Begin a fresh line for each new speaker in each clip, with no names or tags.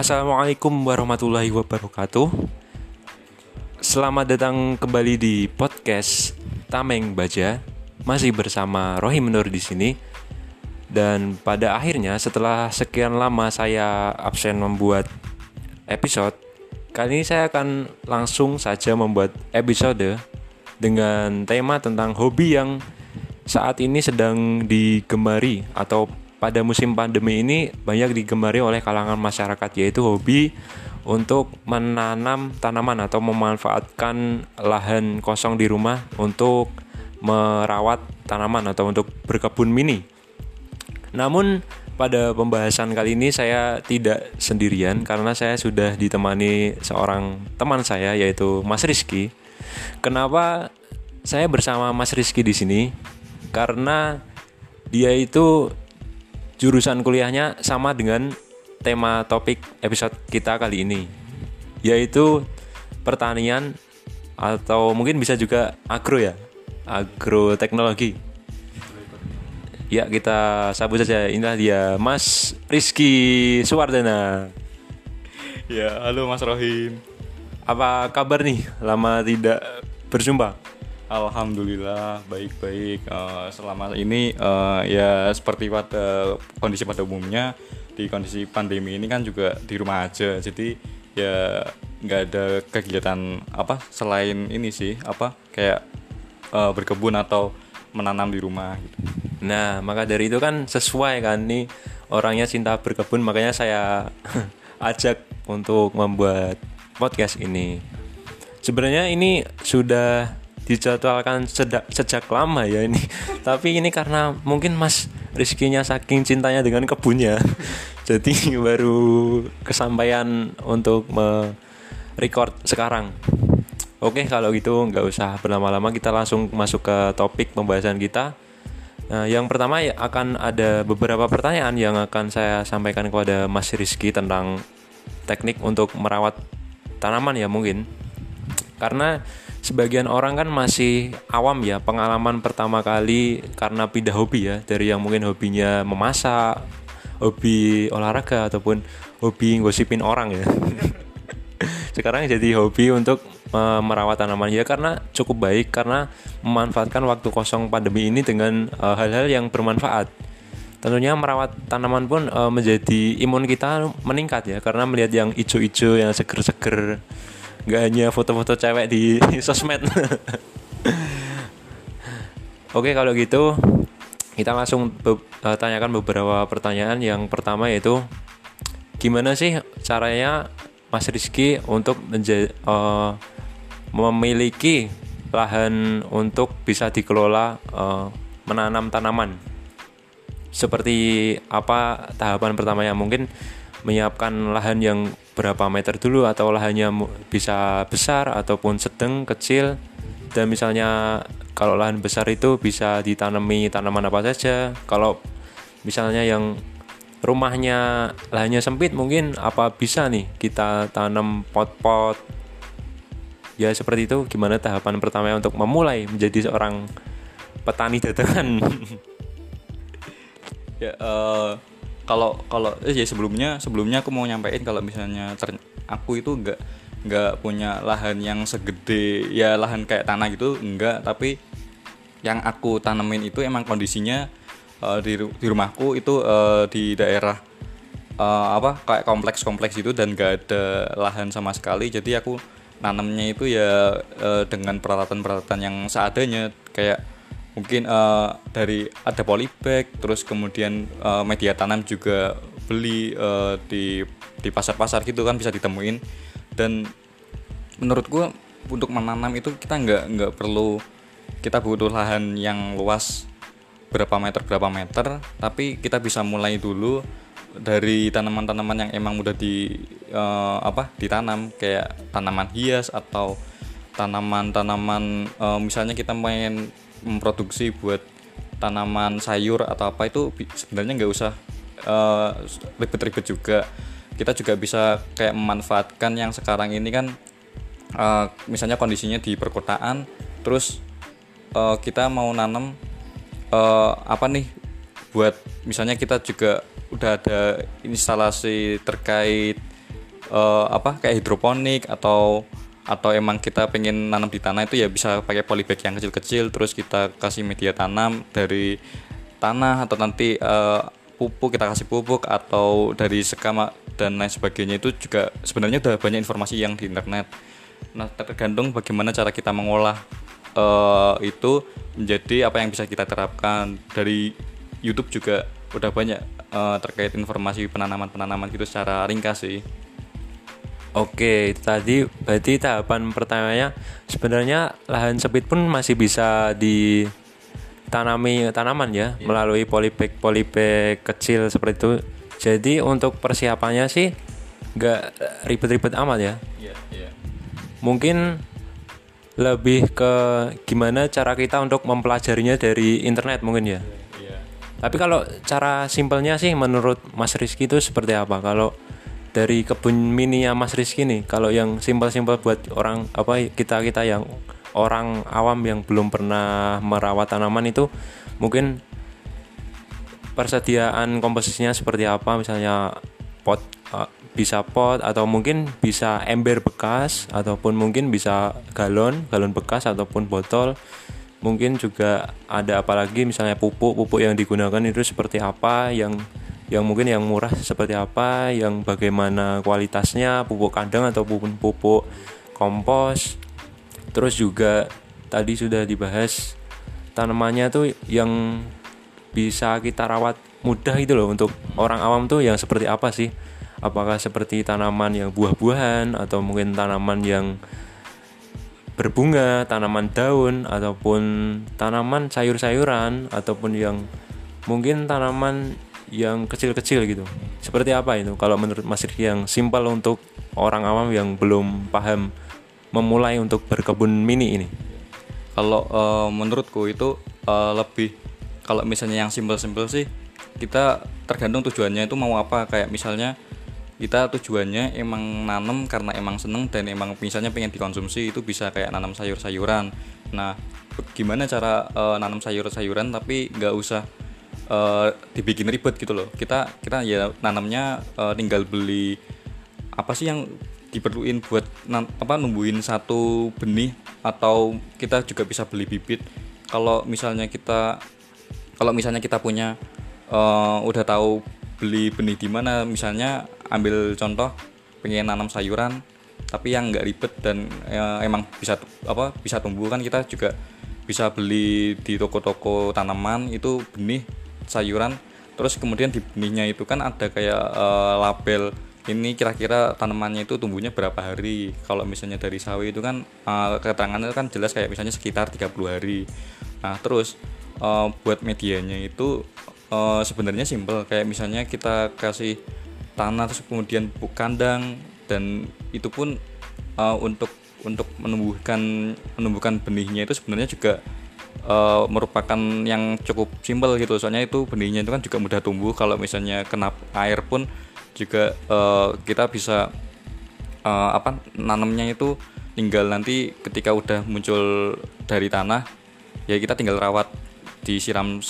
Assalamualaikum warahmatullahi wabarakatuh. Selamat datang kembali di podcast Tameng Baja. Masih bersama Rohim Nur di sini. Dan pada akhirnya setelah sekian lama saya absen membuat episode, kali ini saya akan langsung saja membuat episode dengan tema tentang hobi yang saat ini sedang digemari atau pada musim pandemi ini banyak digemari oleh kalangan masyarakat, yaitu hobi untuk menanam tanaman atau memanfaatkan lahan kosong di rumah untuk merawat tanaman atau untuk berkebun mini. Namun pada pembahasan kali ini saya tidak sendirian karena saya sudah ditemani seorang teman saya, yaitu Mas Rizky. Kenapa saya bersama Mas Rizky di sini? Karena dia itu jurusan kuliahnya sama dengan tema topik episode kita kali ini, yaitu pertanian atau mungkin bisa juga agroteknologi. Ya, kita sambut saja. Inilah dia, Mas Rizky Suwardana.
Ya, halo Mas Rohim.
Apa kabar nih? Lama tidak berjumpa.
Alhamdulillah baik-baik. Selama ini ya seperti pada kondisi pada umumnya, di kondisi pandemi ini kan juga di rumah aja. Jadi ya nggak ada kegiatan apa selain ini sih, apa kayak berkebun atau menanam di rumah gitu.
Nah, maka dari itu kan sesuai kan nih, orangnya cinta berkebun, makanya saya ajak untuk membuat podcast ini. Sebenarnya ini sudah dijadwalkan sejak lama ya ini. Tapi ini karena mungkin Mas Rizky-nya saking cintanya dengan kebunnya, jadi baru kesampaian untuk merecord sekarang. Oke, kalau gitu nggak usah berlama-lama, kita langsung masuk ke topik pembahasan kita. Nah, yang pertama ya, akan ada beberapa pertanyaan yang akan saya sampaikan kepada Mas Rizky tentang teknik untuk merawat tanaman ya mungkin. Karena sebagian orang kan masih awam ya, pengalaman pertama kali karena pindah hobi ya, dari yang mungkin hobinya memasak, hobi olahraga, ataupun hobi ngosipin orang ya. Sekarang jadi hobi untuk merawat tanaman ya, karena cukup baik, karena memanfaatkan waktu kosong pandemi ini dengan hal-hal yang bermanfaat. Tentunya merawat tanaman pun menjadi imun kita meningkat ya, karena melihat yang ijo-ijo, yang seger-seger, nggak hanya foto-foto cewek di sosmed. Oke, kalau gitu kita langsung tanyakan beberapa pertanyaan. Yang pertama yaitu, gimana sih caranya Mas Rizky untuk memiliki lahan untuk bisa dikelola menanam tanaman? Seperti apa tahapan pertamanya? Mungkin menyiapkan lahan yang berapa meter dulu, atau lahannya bisa besar ataupun sedang, kecil, dan misalnya kalau lahan besar itu bisa ditanami tanaman apa saja. Kalau misalnya yang rumahnya lahannya sempit, mungkin apa bisa nih kita tanam pot-pot ya, seperti itu. Gimana tahapan pertamanya untuk memulai menjadi seorang petani dagangan?
Ya kalau ya sebelumnya aku mau nyampein kalau misalnya aku itu nggak punya lahan yang segede ya lahan kayak tanah gitu, enggak, tapi yang aku tanemin itu emang kondisinya di rumahku itu di daerah kayak kompleks itu, dan nggak ada lahan sama sekali. Jadi aku nanamnya itu ya dengan peralatan yang seadanya, kayak mungkin dari ada polybag, terus kemudian media tanam juga beli di pasar-pasar gitu kan, bisa ditemuin. Dan menurutku untuk menanam itu kita nggak perlu kita butuh lahan yang luas berapa meter, tapi kita bisa mulai dulu dari tanaman-tanaman yang emang udah ditanam, kayak tanaman hias atau tanaman-tanaman misalnya kita main memproduksi buat tanaman sayur atau apa, itu sebenarnya nggak usah ribet-ribet juga. Kita juga bisa kayak memanfaatkan yang sekarang ini kan misalnya kondisinya di perkotaan, terus kita mau nanam buat misalnya kita juga udah ada instalasi terkait kayak hidroponik atau emang kita pengen nanam di tanah itu ya bisa pakai polybag yang kecil-kecil, terus kita kasih media tanam dari tanah atau nanti pupuk, kita kasih pupuk atau dari sekam dan lain sebagainya. Itu juga sebenarnya udah banyak informasi yang di internet. Nah, tergantung bagaimana cara kita mengolah itu menjadi apa yang bisa kita terapkan. Dari YouTube juga udah banyak terkait informasi penanaman gitu secara ringkas sih.
Oke, itu tadi berarti tahapan pertamanya sebenarnya lahan sempit pun masih bisa ditanami tanaman ya, melalui polybag kecil seperti itu. Jadi untuk persiapannya sih nggak ribet-ribet amat ya. Mungkin lebih ke gimana cara kita untuk mempelajarinya dari internet mungkin ya. Tapi kalau cara simpelnya sih menurut Mas Rizky itu seperti apa? Kalau dari kebun mininya Mas Rizky nih, kalau yang simpel-simpel buat orang kita yang orang awam yang belum pernah merawat tanaman itu, mungkin persediaan komposisinya seperti apa? Misalnya bisa pot atau mungkin bisa ember bekas ataupun mungkin bisa galon bekas ataupun botol. Mungkin juga ada apalagi misalnya pupuk yang digunakan itu seperti apa, yang mungkin yang murah seperti apa, yang bagaimana kualitasnya, pupuk kandang ataupun pupuk kompos. Terus juga tadi sudah dibahas tanamannya tuh yang bisa kita rawat mudah itu loh, untuk orang awam tuh yang seperti apa sih? Apakah seperti tanaman yang buah-buahan atau mungkin tanaman yang berbunga, tanaman daun ataupun tanaman sayur-sayuran ataupun yang mungkin tanaman yang kecil-kecil gitu. Seperti apa itu kalau menurut Mas Rizky yang simpel untuk orang awam yang belum paham memulai untuk berkebun mini ini?
Kalau menurutku itu lebih, kalau misalnya yang simpel-simpel sih, kita tergantung tujuannya itu mau apa. Kayak misalnya kita tujuannya emang nanam karena emang seneng dan emang misalnya pengen dikonsumsi, itu bisa kayak nanam sayur-sayuran. Nah, gimana cara nanam sayur-sayuran tapi nggak usah dibikin ribet gitu loh. Kita ya nanamnya tinggal beli apa sih yang diperluin buat numbuhin satu benih, atau kita juga bisa beli bibit. Kalau misalnya kita punya udah tahu beli benih di mana, misalnya ambil contoh pengen nanam sayuran tapi yang nggak ribet dan emang bisa tumbuh, kan kita juga bisa beli di toko-toko tanaman itu benih sayuran. Terus kemudian di benihnya itu kan ada kayak label, ini kira-kira tanamannya itu tumbuhnya berapa hari. Kalau misalnya dari sawi itu kan keterangannya kan jelas kayak misalnya sekitar 30 hari. Nah, terus buat medianya itu sebenarnya simpel, kayak misalnya kita kasih tanah terus kemudian pupuk kandang, dan itu pun untuk menumbuhkan benihnya itu sebenarnya juga merupakan yang cukup simpel gitu. Soalnya itu benihnya itu kan juga mudah tumbuh. Kalau misalnya kena air pun juga kita bisa nanamnya itu tinggal nanti ketika udah muncul dari tanah ya kita tinggal rawat, disiram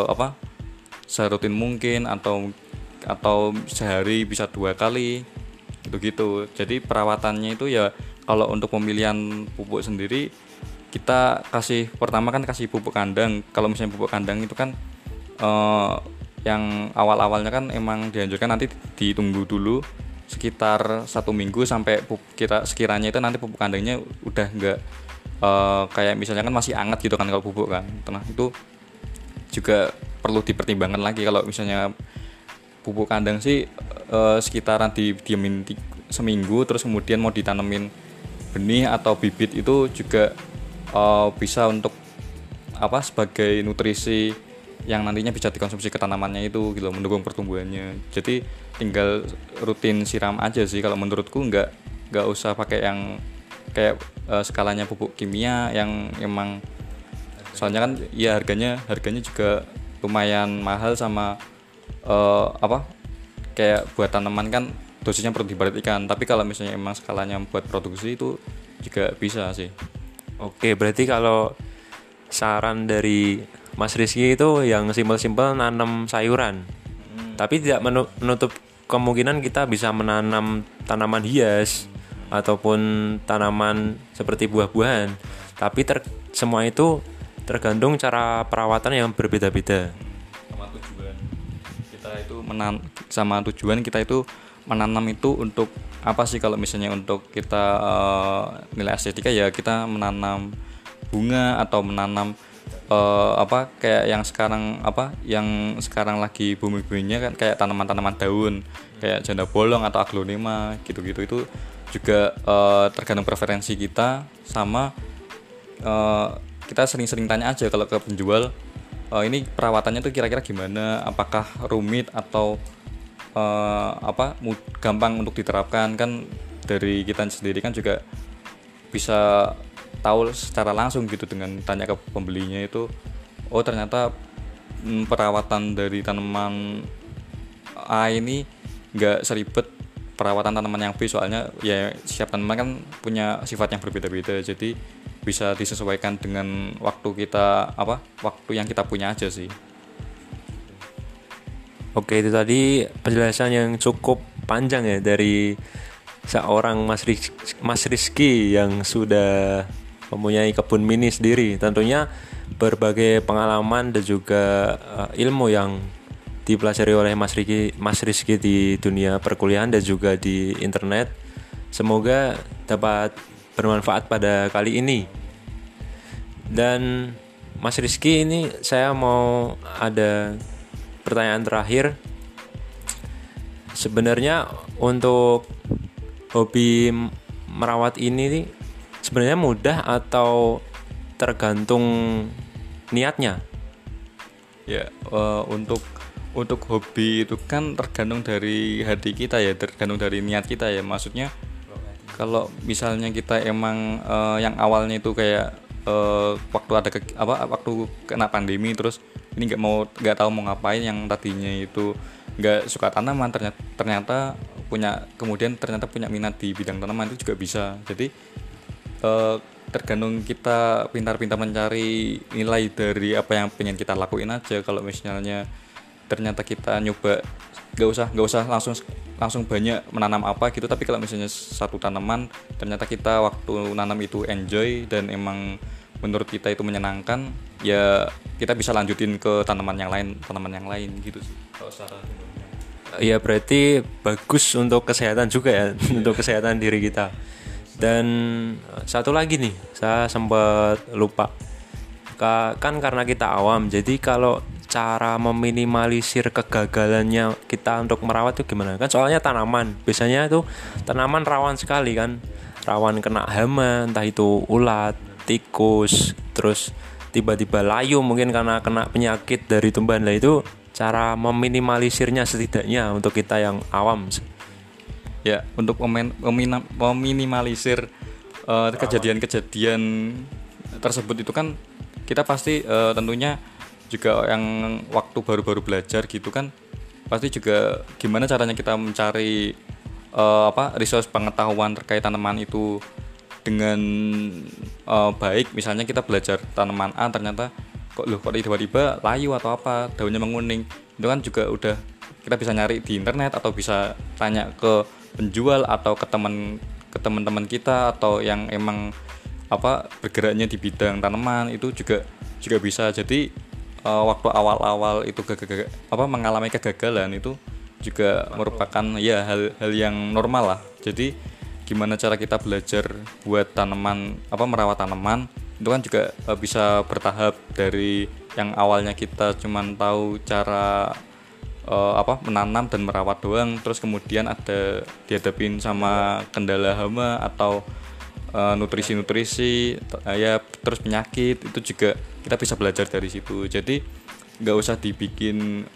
serutin mungkin atau sehari bisa 2 kali gitu. Jadi perawatannya itu ya, kalau untuk pemilihan pupuk sendiri kita pertama kasih pupuk kandang. Kalau misalnya pupuk kandang itu kan yang awal-awalnya kan emang dianjurkan nanti ditunggu dulu sekitar 1 minggu sampai sekiranya itu nanti pupuk kandangnya udah enggak kayak misalnya kan masih hangat gitu kan kalau pupuk kan. Nah, itu juga perlu dipertimbangkan lagi. Kalau misalnya pupuk kandang sih sekitaran diamin seminggu, terus kemudian mau ditanemin benih atau bibit itu juga bisa untuk sebagai nutrisi yang nantinya bisa dikonsumsi ke tanamannya itu gitu, mendukung pertumbuhannya. Jadi tinggal rutin siram aja sih kalau menurutku, nggak usah pakai yang kayak skalanya pupuk kimia yang emang, soalnya kan ya harganya juga lumayan mahal, sama kayak buat tanaman kan dosisnya perlu diperhatikan. Tapi kalau misalnya emang skalanya buat produksi itu juga bisa sih.
Oke, berarti kalau saran dari Mas Rizky itu yang simpel-simpel nanam sayuran, tapi tidak menutup kemungkinan kita bisa menanam tanaman hias ataupun tanaman seperti buah-buahan. Tapi semua itu tergantung cara perawatan yang berbeda-beda.
Sama tujuan kita itu menanam itu untuk apa sih? Kalau misalnya untuk kita nilai estetika ya kita menanam bunga atau menanam kayak yang sekarang lagi bumi-buminya kan, kayak tanaman-tanaman daun kayak janda bolong atau aglonema gitu-gitu. Itu juga tergantung preferensi kita. Sama kita sering-sering tanya aja kalau ke penjual, ini perawatannya tuh kira-kira gimana, apakah rumit atau gampang untuk diterapkan. Kan dari kita sendiri kan juga bisa tahu secara langsung gitu dengan tanya ke pembelinya itu, oh ternyata perawatan dari tanaman A ini nggak seribet perawatan tanaman yang B, soalnya ya setiap tanaman kan punya sifat yang berbeda-beda, jadi bisa disesuaikan dengan waktu yang kita punya aja sih.
Oke, itu tadi penjelasan yang cukup panjang ya dari seorang Mas Rizky yang sudah mempunyai kebun mini sendiri. Tentunya berbagai pengalaman dan juga ilmu yang dipelajari oleh Mas Rizky di dunia perkuliahan dan juga di internet. Semoga dapat bermanfaat pada kali ini. Dan Mas Rizky, ini saya mau ada pertanyaan terakhir. Sebenarnya untuk hobi merawat ini sebenarnya mudah atau tergantung niatnya?
Ya, untuk hobi itu kan tergantung dari hati kita ya, tergantung dari niat kita ya. Maksudnya kalau misalnya kita emang yang awalnya itu kayak waktu kena pandemi, terus ini nggak tahu mau ngapain, yang tadinya itu nggak suka tanaman ternyata ternyata punya minat di bidang tanaman, itu juga bisa. Jadi tergantung kita pintar-pintar mencari nilai dari apa yang pengen kita lakuin aja. Kalau misalnya ternyata kita nyoba nggak usah langsung banyak menanam apa gitu, tapi kalau misalnya satu tanaman ternyata kita waktu nanam itu enjoy dan emang menurut kita itu menyenangkan, ya kita bisa lanjutin ke tanaman yang lain gitu sih kalau secara umumnya.
Ya berarti bagus untuk kesehatan juga ya, untuk kesehatan diri kita. Dan satu lagi nih, saya sempat lupa. Kan karena kita awam, jadi kalau cara meminimalisir kegagalannya kita untuk merawat itu gimana? Kan soalnya tanaman, biasanya tuh tanaman rawan sekali kan, rawan kena hama, entah itu ulat, tikus, terus tiba-tiba layu mungkin karena kena penyakit dari tumbuhan. Lah itu cara meminimalisirnya setidaknya untuk kita yang awam.
Ya, untuk meminimalisir kejadian-kejadian tersebut itu kan kita pasti tentunya juga yang waktu baru-baru belajar gitu kan, pasti juga gimana caranya kita mencari resource pengetahuan terkait tanaman itu dengan baik. Misalnya kita belajar tanaman A, ternyata kok tiba-tiba layu atau apa, daunnya menguning, itu kan juga udah kita bisa nyari di internet atau bisa tanya ke penjual atau ke teman-teman kita atau yang emang bergeraknya di bidang tanaman, itu juga bisa. Jadi waktu awal-awal itu mengalami kegagalan itu juga merupakan ya hal yang normal lah. Jadi gimana cara kita belajar buat merawat tanaman itu kan juga bisa bertahap. Dari yang awalnya kita cuman tahu cara menanam dan merawat doang, terus kemudian ada dihadapin sama kendala hama atau nutrisi terus penyakit, itu juga kita bisa belajar dari situ. Jadi nggak usah dibikin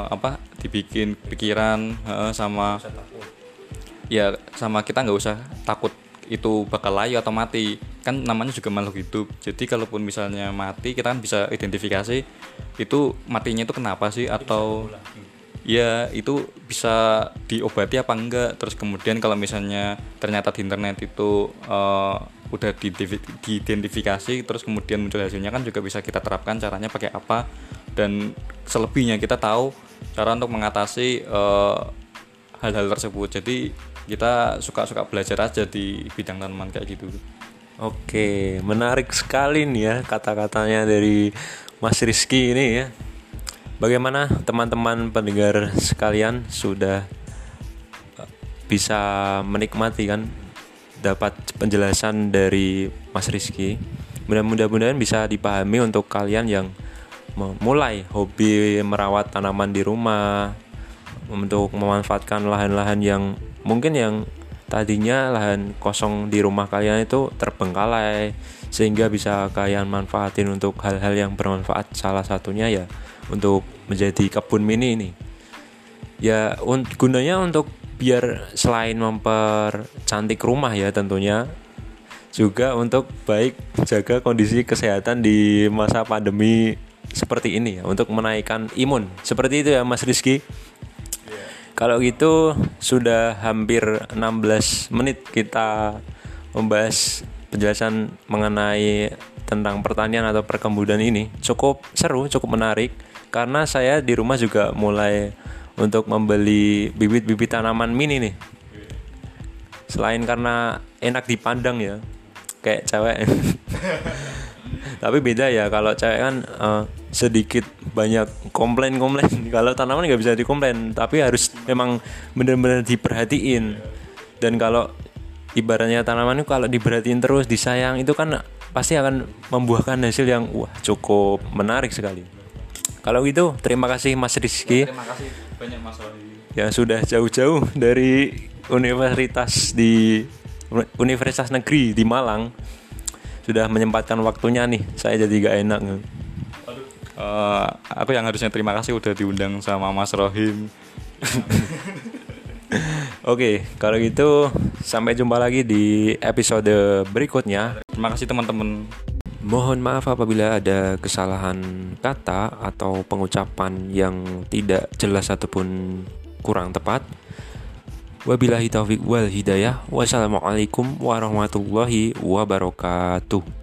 pikiran sama kita nggak usah takut itu bakal layu atau mati, kan namanya juga makhluk hidup. Jadi kalaupun misalnya mati, kita kan bisa identifikasi itu matinya itu kenapa sih, atau ya itu bisa diobati apa enggak. Terus kemudian kalau misalnya ternyata di internet itu udah diidentifikasi, terus kemudian muncul hasilnya, kan juga bisa kita terapkan caranya pakai apa. Dan selebihnya kita tahu cara untuk mengatasi hal-hal tersebut. Jadi kita suka-suka belajar aja di bidang tanaman kayak gitu.
Oke, menarik sekali nih ya kata-katanya dari Mas Rizky ini ya. Bagaimana teman-teman pendengar sekalian sudah bisa menikmati kan, dapat penjelasan dari Mas Rizky. Mudah-mudahan bisa dipahami untuk kalian yang memulai hobi merawat tanaman di rumah, untuk memanfaatkan lahan-lahan yang mungkin yang tadinya lahan kosong di rumah kalian itu terbengkalai, sehingga bisa kalian manfaatin untuk hal-hal yang bermanfaat. Salah satunya ya untuk menjadi kebun mini ini. Ya gunanya untuk biar selain mempercantik rumah ya tentunya, juga untuk baik jaga kondisi kesehatan di masa pandemi seperti ini ya, untuk menaikkan imun. Seperti itu ya Mas Rizky. Kalau gitu sudah hampir 16 menit kita membahas penjelasan mengenai tentang pertanian atau perkebunan ini. Cukup seru, cukup menarik, karena saya di rumah juga mulai untuk membeli bibit-bibit tanaman mini nih. Selain karena enak dipandang ya, kayak cewek. Tapi beda ya, kalau cewek kan sedikit banyak komplain. Kalau tanaman nggak bisa dikomplain, tapi harus memang benar-benar diperhatiin. Dan kalau ibaratnya tanaman itu kalau diperhatiin terus, disayang, itu kan pasti akan membuahkan hasil yang cukup menarik sekali. Kalau gitu terima kasih Mas Rizky.
Terima kasih banyak Mas Wahyu
yang sudah jauh-jauh dari Universitas Negeri di Malang, sudah menyempatkan waktunya nih. Saya jadi gak enak.
Aku yang harusnya terima kasih udah diundang sama Mas Rohim.
Oke, kalau gitu sampai jumpa lagi di episode berikutnya.
Terima kasih teman-teman.
Mohon maaf apabila ada kesalahan kata atau pengucapan yang tidak jelas ataupun kurang tepat. Wabillahi taufiq wal hidayah. Wassalamualaikum warahmatullahi wabarakatuh.